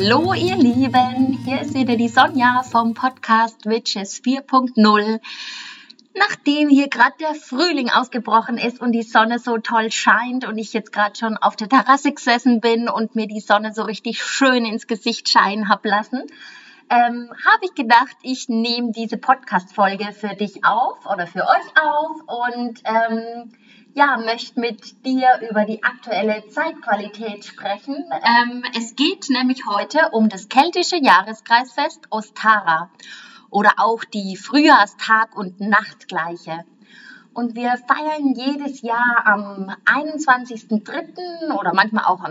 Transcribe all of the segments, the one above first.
Hallo ihr Lieben, hier ist wieder die Sonja vom Podcast Witches 4.0. Nachdem hier gerade der Frühling ausgebrochen ist und die Sonne so toll scheint und ich jetzt gerade schon auf der Terrasse gesessen bin und mir die Sonne so richtig schön ins Gesicht scheinen habe lassen, habe ich gedacht, ich nehme diese Podcast-Folge für dich auf oder für euch auf und möchte mit dir über die aktuelle Zeitqualität sprechen. Es geht nämlich heute um das keltische Jahreskreisfest Ostara oder auch die Frühjahrstag- und Nachtgleiche. Und wir feiern jedes Jahr am 21.03. oder manchmal auch am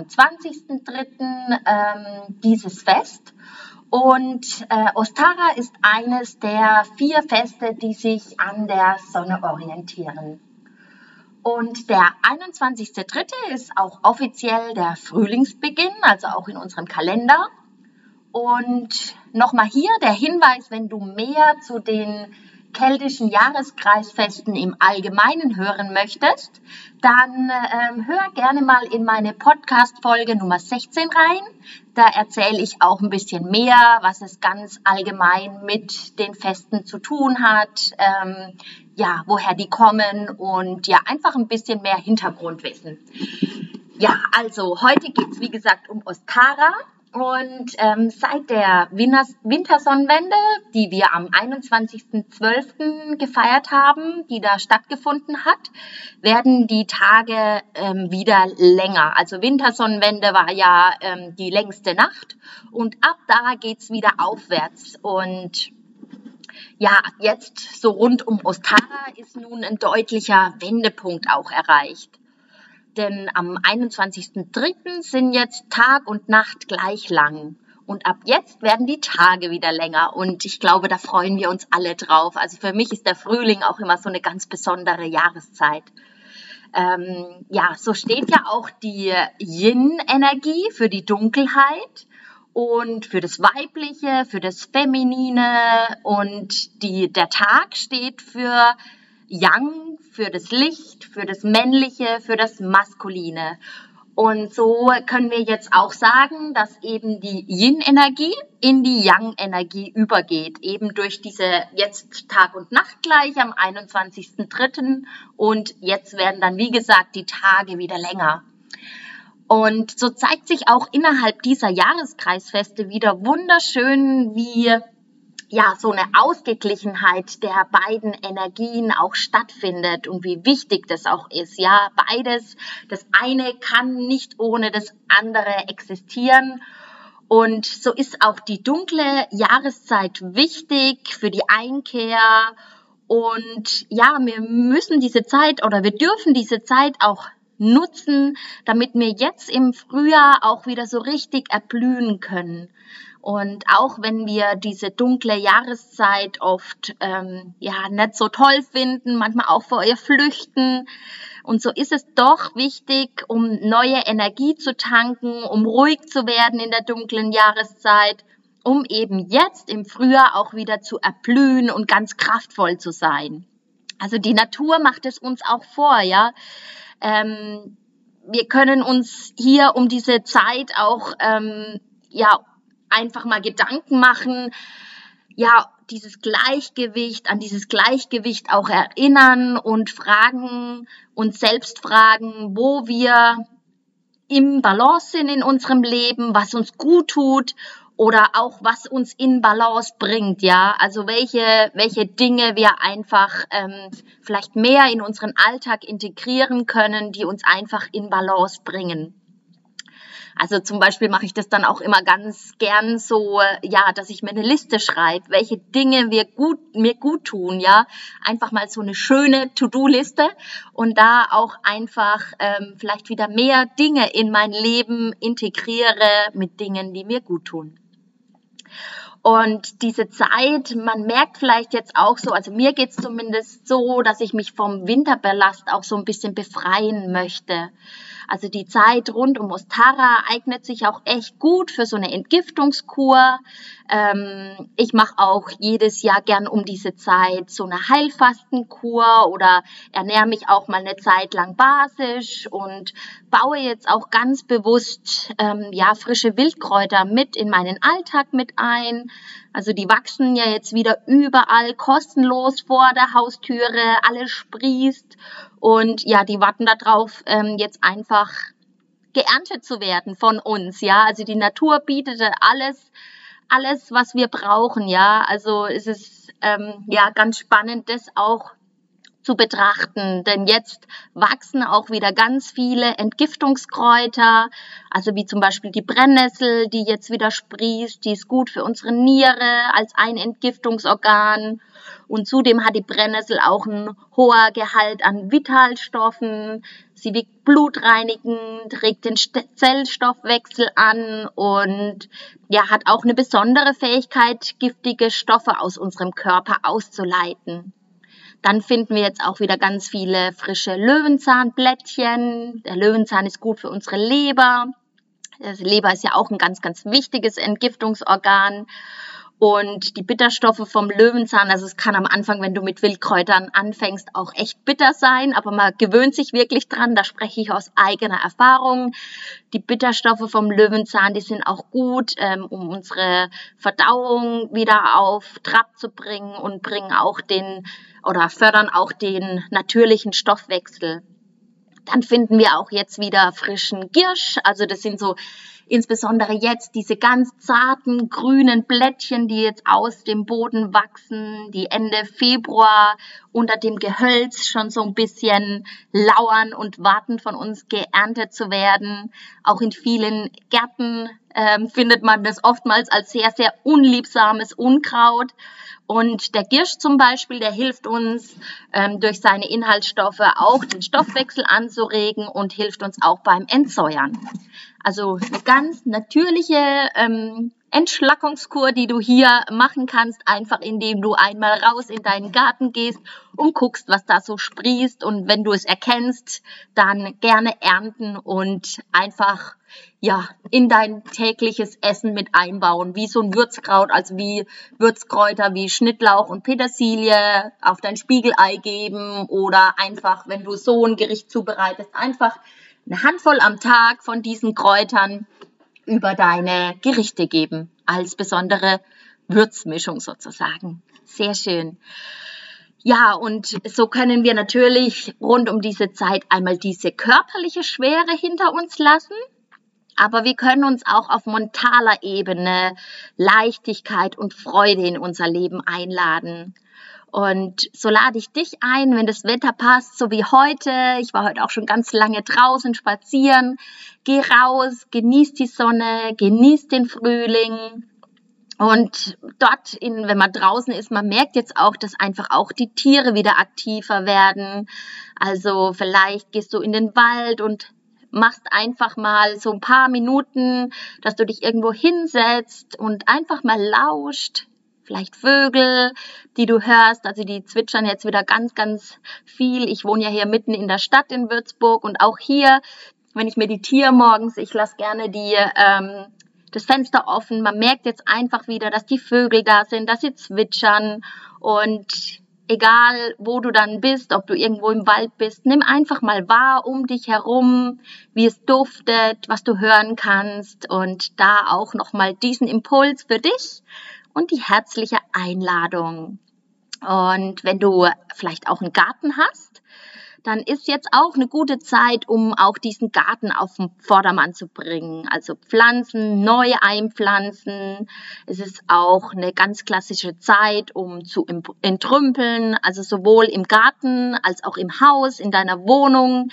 20.03. Dieses Fest. Und Ostara ist eines der 4 Feste, die sich an der Sonne orientieren. Und der 21.03. ist auch offiziell der Frühlingsbeginn, also auch in unserem Kalender. Und nochmal hier der Hinweis, wenn du mehr zu den keltischen Jahreskreisfesten im Allgemeinen hören möchtest, dann hör gerne mal in meine Podcast-Folge Nummer 16 rein. Da erzähle ich auch ein bisschen mehr, was es ganz allgemein mit den Festen zu tun hat, woher die kommen und ja, einfach ein bisschen mehr Hintergrundwissen. Ja, also heute geht es wie gesagt um Ostara. Und seit der Wintersonnenwende, die wir am 21.12. gefeiert haben, die da stattgefunden hat, werden die Tage wieder länger. Also Wintersonnenwende war ja die längste Nacht und ab da geht's wieder aufwärts. Und ja, jetzt so rund um Ostara ist nun ein deutlicher Wendepunkt auch erreicht. Denn am 21.03. sind jetzt Tag und Nacht gleich lang. Und ab jetzt werden die Tage wieder länger. Und ich glaube, da freuen wir uns alle drauf. Also für mich ist der Frühling auch immer so eine ganz besondere Jahreszeit. So steht ja auch die Yin-Energie für die Dunkelheit und für das Weibliche, für das Feminine. Und der Tag steht für Yang, für das Licht, für das Männliche, für das Maskuline. Und so können wir jetzt auch sagen, dass eben die Yin-Energie in die Yang-Energie übergeht, eben durch diese jetzt Tag- und Nachtgleiche am 21.03. Und jetzt werden dann, wie gesagt, die Tage wieder länger. Und so zeigt sich auch innerhalb dieser Jahreskreisfeste wieder wunderschön, wie so eine Ausgeglichenheit der beiden Energien auch stattfindet und wie wichtig das auch ist. Ja, beides, das eine kann nicht ohne das andere existieren. Und so ist auch die dunkle Jahreszeit wichtig für die Einkehr. Und ja, wir müssen diese Zeit oder wir dürfen diese Zeit auch nutzen, damit wir jetzt im Frühjahr auch wieder so richtig erblühen können. Und auch wenn wir diese dunkle Jahreszeit oft nicht so toll finden, manchmal auch vor ihr flüchten. Und so ist es doch wichtig, um neue Energie zu tanken, um ruhig zu werden in der dunklen Jahreszeit, um eben jetzt im Frühjahr auch wieder zu erblühen und ganz kraftvoll zu sein. Also die Natur macht es uns auch vor, ja. Wir können uns hier um diese Zeit auch einfach mal Gedanken machen, an dieses Gleichgewicht auch erinnern und uns selbst fragen, wo wir im Balance sind in unserem Leben, was uns gut tut oder auch was uns in Balance bringt, ja, also welche Dinge wir einfach vielleicht mehr in unseren Alltag integrieren können, die uns einfach in Balance bringen. Also zum Beispiel mache ich das dann auch immer ganz gern so, dass ich mir eine Liste schreibe, welche Dinge mir gut tun, ja. Einfach mal so eine schöne To-Do-Liste und da auch einfach vielleicht wieder mehr Dinge in mein Leben integriere mit Dingen, die mir gut tun. Und diese Zeit, man merkt vielleicht jetzt auch so, also mir geht's zumindest so, dass ich mich vom Winterballast auch so ein bisschen befreien möchte. Also die Zeit rund um Ostara eignet sich auch echt gut für so eine Entgiftungskur. Ich mache auch jedes Jahr gern um diese Zeit so eine Heilfastenkur oder ernähre mich auch mal eine Zeit lang basisch und baue jetzt auch ganz bewusst frische Wildkräuter mit in meinen Alltag mit ein. Also die wachsen ja jetzt wieder überall kostenlos vor der Haustüre, alles sprießt und ja, die warten darauf, jetzt einfach geerntet zu werden von uns, ja. Also die Natur bietet alles, was wir brauchen, ja. Also es ist ganz spannend, das auch zu betrachten, denn jetzt wachsen auch wieder ganz viele Entgiftungskräuter, also wie zum Beispiel die Brennnessel, die jetzt wieder sprießt, die ist gut für unsere Niere als ein Entgiftungsorgan und zudem hat die Brennnessel auch einen hoher Gehalt an Vitalstoffen, sie wirkt blutreinigend, regt den Zellstoffwechsel an und ja, hat auch eine besondere Fähigkeit, giftige Stoffe aus unserem Körper auszuleiten. Dann finden wir jetzt auch wieder ganz viele frische Löwenzahnblättchen. Der Löwenzahn ist gut für unsere Leber. Die Leber ist ja auch ein ganz, ganz wichtiges Entgiftungsorgan. Und die Bitterstoffe vom Löwenzahn, also es kann am Anfang, wenn du mit Wildkräutern anfängst, auch echt bitter sein, aber man gewöhnt sich wirklich dran, da spreche ich aus eigener Erfahrung. Die Bitterstoffe vom Löwenzahn, die sind auch gut, um unsere Verdauung wieder auf Trab zu bringen und fördern auch den natürlichen Stoffwechsel. Dann finden wir auch jetzt wieder frischen Giersch, also das sind so insbesondere jetzt diese ganz zarten grünen Blättchen, die jetzt aus dem Boden wachsen, die Ende Februar unter dem Gehölz schon so ein bisschen lauern und warten, von uns geerntet zu werden. Auch in vielen Gärten findet man das oftmals als sehr, sehr unliebsames Unkraut. Und der Giersch zum Beispiel, der hilft uns durch seine Inhaltsstoffe auch den Stoffwechsel anzuregen und hilft uns auch beim Entsäuern. Also eine ganz natürliche Entschlackungskur, die du hier machen kannst, einfach indem du einmal raus in deinen Garten gehst und guckst, was da so sprießt. Und wenn du es erkennst, dann gerne ernten und einfach in dein tägliches Essen mit einbauen, wie so ein Würzkraut, also wie Würzkräuter wie Schnittlauch und Petersilie auf dein Spiegelei geben oder einfach, wenn du so ein Gericht zubereitest, einfach eine Handvoll am Tag von diesen Kräutern über deine Gerichte geben, als besondere Würzmischung sozusagen. Sehr schön. Ja, und so können wir natürlich rund um diese Zeit einmal diese körperliche Schwere hinter uns lassen, aber wir können uns auch auf mentaler Ebene Leichtigkeit und Freude in unser Leben einladen. Und so lade ich dich ein, wenn das Wetter passt, so wie heute. Ich war heute auch schon ganz lange draußen spazieren. Geh raus, genieß die Sonne, genieß den Frühling. Und dort, wenn man draußen ist, man merkt jetzt auch, dass einfach auch die Tiere wieder aktiver werden. Also vielleicht gehst du in den Wald und machst einfach mal so ein paar Minuten, dass du dich irgendwo hinsetzt und einfach mal lauscht. Vielleicht Vögel, die du hörst, also die zwitschern jetzt wieder ganz, ganz viel. Ich wohne ja hier mitten in der Stadt in Würzburg und auch hier, wenn ich meditiere morgens, ich lasse gerne das Fenster offen. Man merkt jetzt einfach wieder, dass die Vögel da sind, dass sie zwitschern und egal, wo du dann bist, ob du irgendwo im Wald bist, nimm einfach mal wahr um dich herum, wie es duftet, was du hören kannst und da auch nochmal diesen Impuls für dich und die herzliche Einladung. Und wenn du vielleicht auch einen Garten hast, dann ist jetzt auch eine gute Zeit, um auch diesen Garten auf den Vordermann zu bringen. Also Pflanzen, neu einpflanzen. Es ist auch eine ganz klassische Zeit, um zu entrümpeln, also sowohl im Garten als auch im Haus, in deiner Wohnung.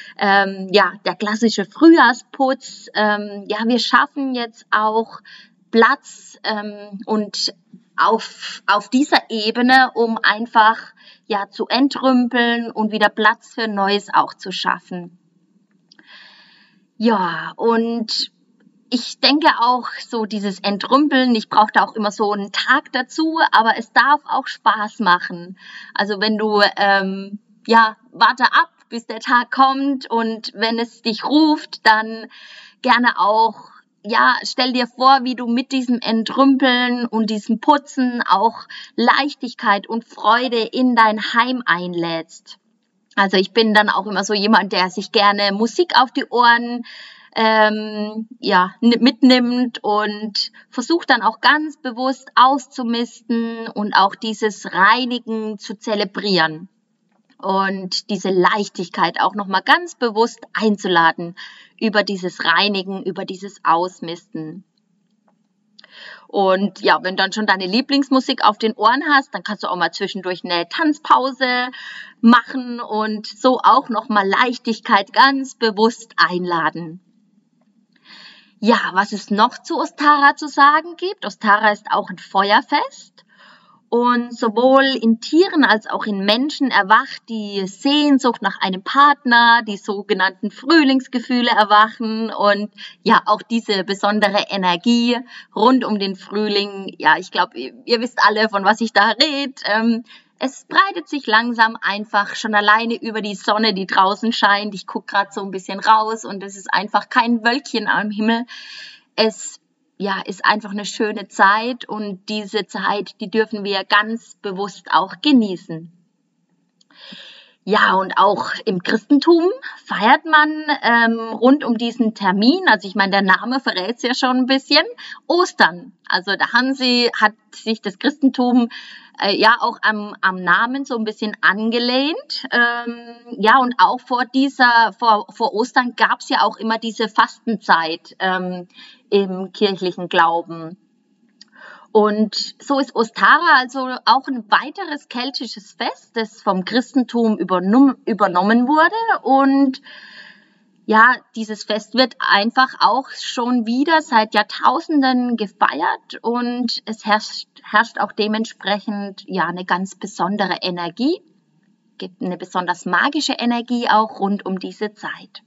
Der klassische Frühjahrsputz. Wir schaffen jetzt auch Platz und auf dieser Ebene, um einfach zu entrümpeln und wieder Platz für Neues auch zu schaffen. Ja, und ich denke auch so dieses Entrümpeln, ich brauche da auch immer so einen Tag dazu, aber es darf auch Spaß machen. Also wenn du, warte ab, bis der Tag kommt, und wenn es dich ruft, dann gerne auch, ja, stell dir vor, wie du mit diesem Entrümpeln und diesem Putzen auch Leichtigkeit und Freude in dein Heim einlädst. Also ich bin dann auch immer so jemand, der sich gerne Musik auf die Ohren mitnimmt und versucht dann auch ganz bewusst auszumisten und auch dieses Reinigen zu zelebrieren und diese Leichtigkeit auch nochmal ganz bewusst einzuladen über dieses Reinigen, über dieses Ausmisten. Und ja, wenn du dann schon deine Lieblingsmusik auf den Ohren hast, dann kannst du auch mal zwischendurch eine Tanzpause machen und so auch nochmal Leichtigkeit ganz bewusst einladen. Ja, was es noch zu Ostara zu sagen gibt: Ostara ist auch ein Feuerfest. Und sowohl in Tieren als auch in Menschen erwacht die Sehnsucht nach einem Partner, die sogenannten Frühlingsgefühle erwachen und ja, auch diese besondere Energie rund um den Frühling. Ja, ich glaube, ihr wisst alle, von was ich da rede. Es breitet sich langsam einfach schon alleine über die Sonne, die draußen scheint. Ich gucke gerade so ein bisschen raus und es ist einfach kein Wölkchen am Himmel. Es ist einfach eine schöne Zeit, und diese Zeit, die dürfen wir ganz bewusst auch genießen. Ja, und auch im Christentum feiert man rund um diesen Termin, also ich meine, der Name verrät es ja schon ein bisschen, Ostern. Also da hat sich das Christentum auch am Namen so ein bisschen angelehnt. Und auch vor Ostern gab es ja auch immer diese Fastenzeit im kirchlichen Glauben. Und so ist Ostara also auch ein weiteres keltisches Fest, das vom Christentum übernommen wurde. Und ja, dieses Fest wird einfach auch schon wieder seit Jahrtausenden gefeiert, und es herrscht auch dementsprechend eine ganz besondere Energie, gibt eine besonders magische Energie auch rund um diese Zeit.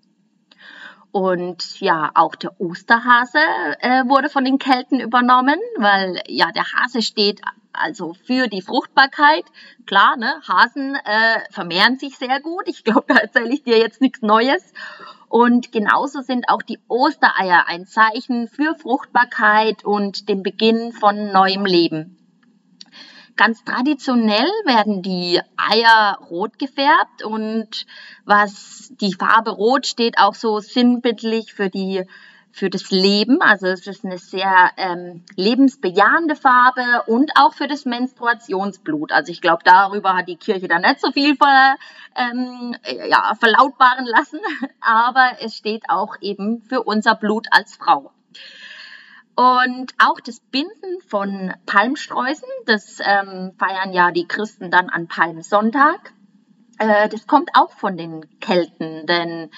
Und ja, auch der Osterhase wurde von den Kelten übernommen, weil ja, der Hase steht also für die Fruchtbarkeit. Klar, ne, Hasen vermehren sich sehr gut. Ich glaube, da erzähle ich dir jetzt nichts Neues. Und genauso sind auch die Ostereier ein Zeichen für Fruchtbarkeit und den Beginn von neuem Leben. Ganz traditionell werden die Eier rot gefärbt, und die Farbe Rot steht auch so sinnbildlich für das Leben. Also es ist eine sehr lebensbejahende Farbe, und auch für das Menstruationsblut. Also ich glaube, darüber hat die Kirche dann nicht so viel verlautbaren lassen, aber es steht auch eben für unser Blut als Frau. Und auch das Binden von Palmsträußen, das feiern ja die Christen dann an Palmsonntag. Das kommt auch von den Kelten, denn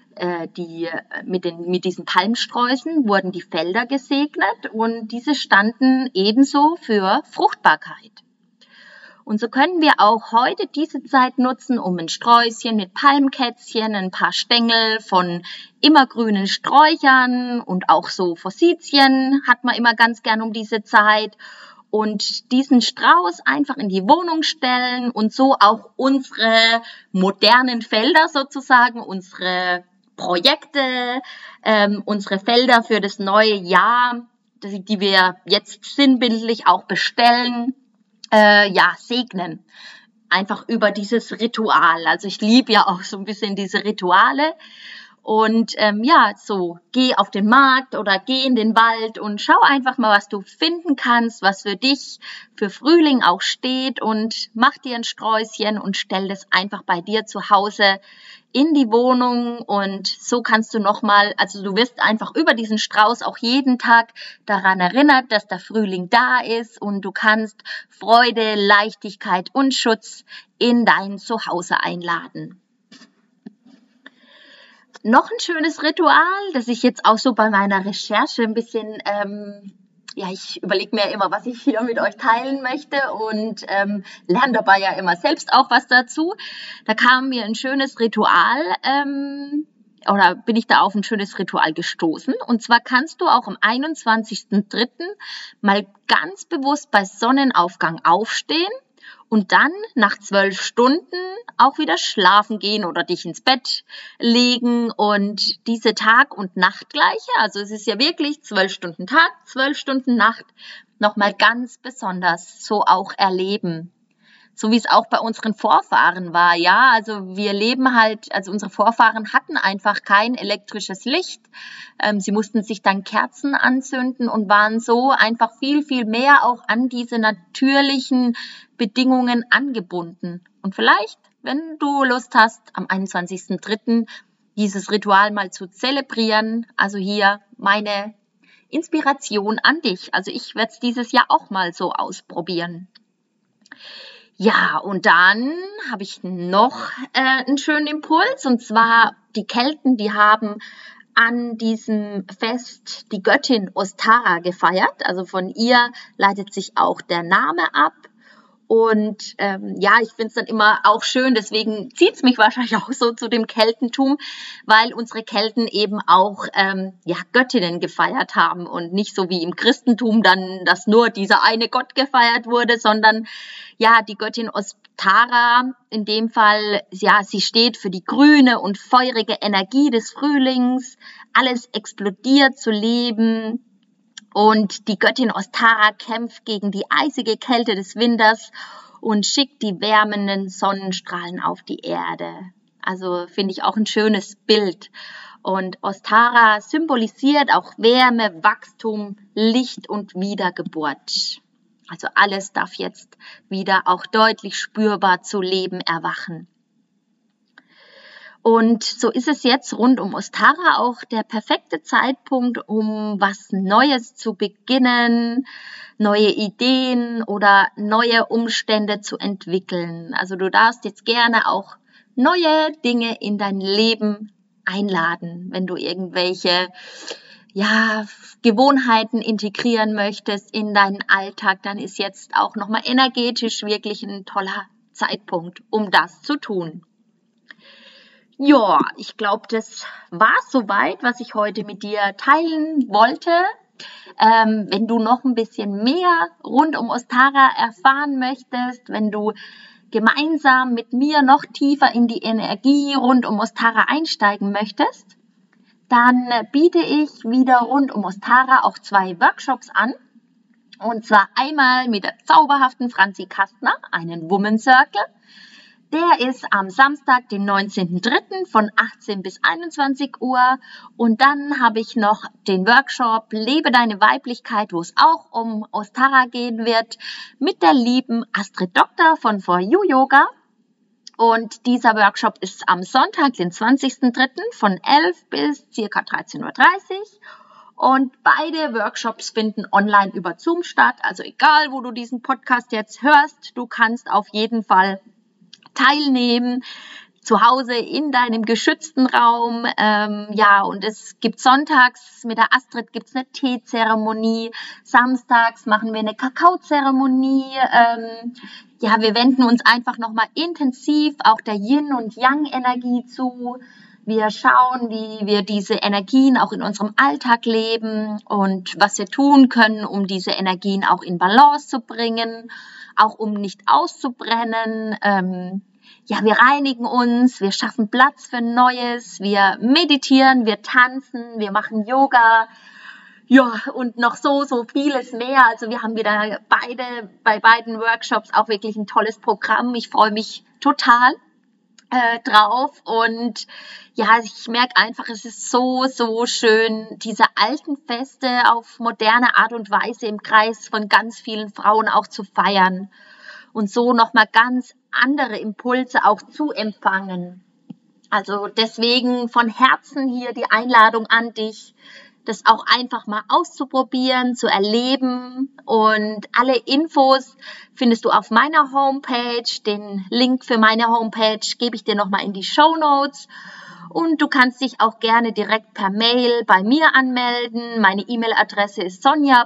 mit diesen Palmsträußen wurden die Felder gesegnet, und diese standen ebenso für Fruchtbarkeit. Und so können wir auch heute diese Zeit nutzen, um ein Sträußchen mit Palmkätzchen, ein paar Stängel von immergrünen Sträuchern und auch so Forsythien hat man immer ganz gern um diese Zeit, und diesen Strauß einfach in die Wohnung stellen und so auch unsere modernen Felder sozusagen, unsere Projekte, unsere Felder für das neue Jahr, die wir jetzt sinnbildlich auch bestellen, segnen. Einfach über dieses Ritual. Also ich liebe ja auch so ein bisschen diese Rituale. Und geh auf den Markt oder geh in den Wald und schau einfach mal, was du finden kannst, was für dich für Frühling auch steht, und mach dir ein Sträußchen und stell das einfach bei dir zu Hause in die Wohnung, und so kannst du du wirst einfach über diesen Strauß auch jeden Tag daran erinnert, dass der Frühling da ist, und du kannst Freude, Leichtigkeit und Schutz in dein Zuhause einladen. Noch ein schönes Ritual, das ich jetzt auch so bei meiner Recherche ein bisschen, ich überlege mir immer, was ich hier mit euch teilen möchte, und lerne dabei ja immer selbst auch was dazu. Da kam mir ein schönes Ritual, bin ich da auf ein schönes Ritual gestoßen. Und zwar kannst du auch am 21.03. mal ganz bewusst bei Sonnenaufgang aufstehen und dann nach 12 Stunden auch wieder schlafen gehen oder dich ins Bett legen und diese Tag- und Nachtgleiche, also es ist ja wirklich 12 Stunden Tag, 12 Stunden Nacht, nochmal ganz besonders so auch erleben. So wie es auch bei unseren Vorfahren war, ja, also wir leben halt, also unsere Vorfahren hatten einfach kein elektrisches Licht. Sie mussten sich dann Kerzen anzünden und waren so einfach viel, viel mehr auch an diese natürlichen Bedingungen angebunden. Und vielleicht, wenn du Lust hast, am 21.03. dieses Ritual mal zu zelebrieren, also hier meine Inspiration an dich. Also ich werde es dieses Jahr auch mal so ausprobieren. Ja, und dann habe ich noch einen schönen Impuls, und zwar die Kelten, die haben an diesem Fest die Göttin Ostara gefeiert. Also von ihr leitet sich auch der Name ab. Und ja, ich finde es dann immer auch schön, deswegen zieht es mich wahrscheinlich auch so zu dem Keltentum, weil unsere Kelten eben auch ja, Göttinnen gefeiert haben und nicht so wie im Christentum dann, dass nur dieser eine Gott gefeiert wurde, sondern ja, die Göttin Ostara in dem Fall, ja, sie steht für die grüne und feurige Energie des Frühlings, alles explodiert zu leben. Und die Göttin Ostara kämpft gegen die eisige Kälte des Winters und schickt die wärmenden Sonnenstrahlen auf die Erde. Also finde ich auch ein schönes Bild. Und Ostara symbolisiert auch Wärme, Wachstum, Licht und Wiedergeburt. Also alles darf jetzt wieder auch deutlich spürbar zu Leben erwachen. Und so ist es jetzt rund um Ostara auch der perfekte Zeitpunkt, um was Neues zu beginnen, neue Ideen oder neue Umstände zu entwickeln. Also du darfst jetzt gerne auch neue Dinge in dein Leben einladen, wenn du irgendwelche ja, Gewohnheiten integrieren möchtest in deinen Alltag, dann ist jetzt auch nochmal energetisch wirklich ein toller Zeitpunkt, um das zu tun. Ja, ich glaube, das war soweit, was ich heute mit dir teilen wollte. Wenn du noch ein bisschen mehr rund um Ostara erfahren möchtest, wenn du gemeinsam mit mir noch tiefer in die Energie rund um Ostara einsteigen möchtest, dann biete ich wieder rund um Ostara auch 2 Workshops an. Und zwar einmal mit der zauberhaften Franzi Kastner, einen Woman Circle. Der ist am Samstag, den 19.03. von 18 bis 21 Uhr. Und dann habe ich noch den Workshop Lebe deine Weiblichkeit, wo es auch um Ostara gehen wird, mit der lieben Astrid Doktor von For You Yoga. Und dieser Workshop ist am Sonntag, den 20.03. von 11 bis ca. 13.30 Uhr. Und beide Workshops finden online über Zoom statt. Also egal, wo du diesen Podcast jetzt hörst, du kannst auf jeden Fall teilnehmen, zu Hause in deinem geschützten Raum. Ja, und es gibt sonntags mit der Astrid gibt's eine Teezeremonie, samstags machen wir eine Kakaozeremonie. Ja, wir wenden uns einfach nochmal intensiv auch der Yin- und Yang-Energie zu. Wir schauen, wie wir diese Energien auch in unserem Alltag leben und was wir tun können, um diese Energien auch in Balance zu bringen, auch um nicht auszubrennen. Ja, wir reinigen uns, wir schaffen Platz für Neues, wir meditieren, wir tanzen, wir machen Yoga. Ja, und noch so vieles mehr. Also wir haben wieder bei beiden Workshops auch wirklich ein tolles Programm. Ich freue mich total drauf, und ja, ich merke einfach, es ist so schön, diese alten Feste auf moderne Art und Weise im Kreis von ganz vielen Frauen auch zu feiern und so nochmal ganz andere Impulse auch zu empfangen. Also deswegen von Herzen hier die Einladung an dich, das auch einfach mal auszuprobieren, zu erleben. Und alle Infos findest du auf meiner Homepage. Den Link für meine Homepage gebe ich dir nochmal in die Shownotes. Und du kannst dich auch gerne direkt per Mail bei mir anmelden. Meine E-Mail-Adresse ist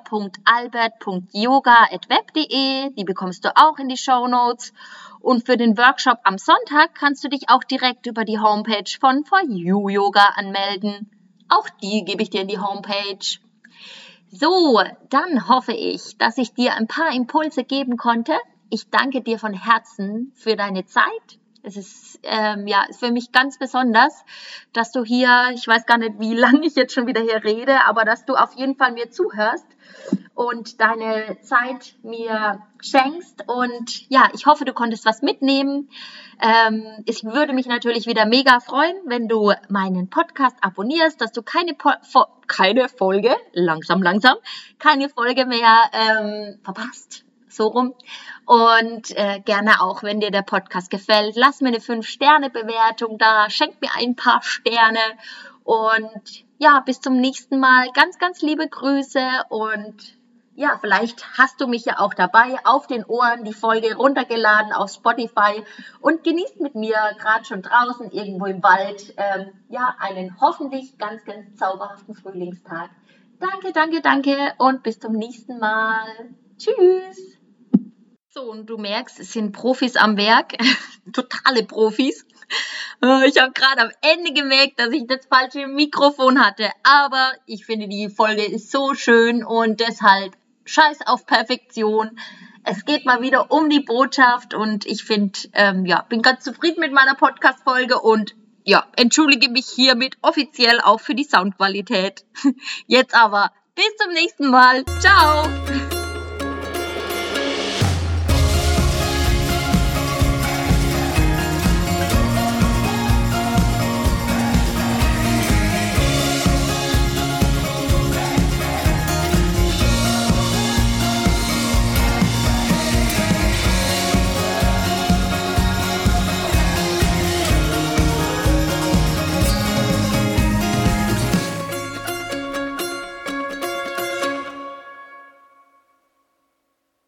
sonja.albert.yoga@web.de. Die bekommst du auch in die Shownotes. Und für den Workshop am Sonntag kannst du dich auch direkt über die Homepage von For You Yoga anmelden. Auch die gebe ich dir in die Homepage. So, dann hoffe ich, dass ich dir ein paar Impulse geben konnte, ich danke dir von Herzen für deine Zeit. Es ist ist für mich ganz besonders, dass du hier, ich weiß gar nicht, wie lange ich jetzt schon wieder hier rede, aber dass du auf jeden Fall mir zuhörst und deine Zeit mir schenkst. Und ja, ich hoffe, du konntest was mitnehmen. Ich würde mich natürlich wieder mega freuen, wenn du meinen Podcast abonnierst, dass du keine Folge, keine Folge mehr verpasst. So rum. Und gerne auch, wenn dir der Podcast gefällt, lass mir eine 5-Sterne-Bewertung da, schenk mir ein paar Sterne und ja, bis zum nächsten Mal. Ganz, ganz liebe Grüße und ja, vielleicht hast du mich ja auch dabei auf den Ohren, die Folge runtergeladen auf Spotify und genießt mit mir gerade schon draußen irgendwo im Wald einen hoffentlich ganz, ganz zauberhaften Frühlingstag. Danke, danke, danke und bis zum nächsten Mal. Tschüss! So, und du merkst, es sind Profis am Werk, totale Profis. Ich habe gerade am Ende gemerkt, dass ich das falsche Mikrofon hatte, aber ich finde, die Folge ist so schön und deshalb scheiß auf Perfektion. Es geht mal wieder um die Botschaft und ich finde, bin ganz zufrieden mit meiner Podcast-Folge und ja, entschuldige mich hiermit offiziell auch für die Soundqualität. Jetzt aber, bis zum nächsten Mal. Ciao!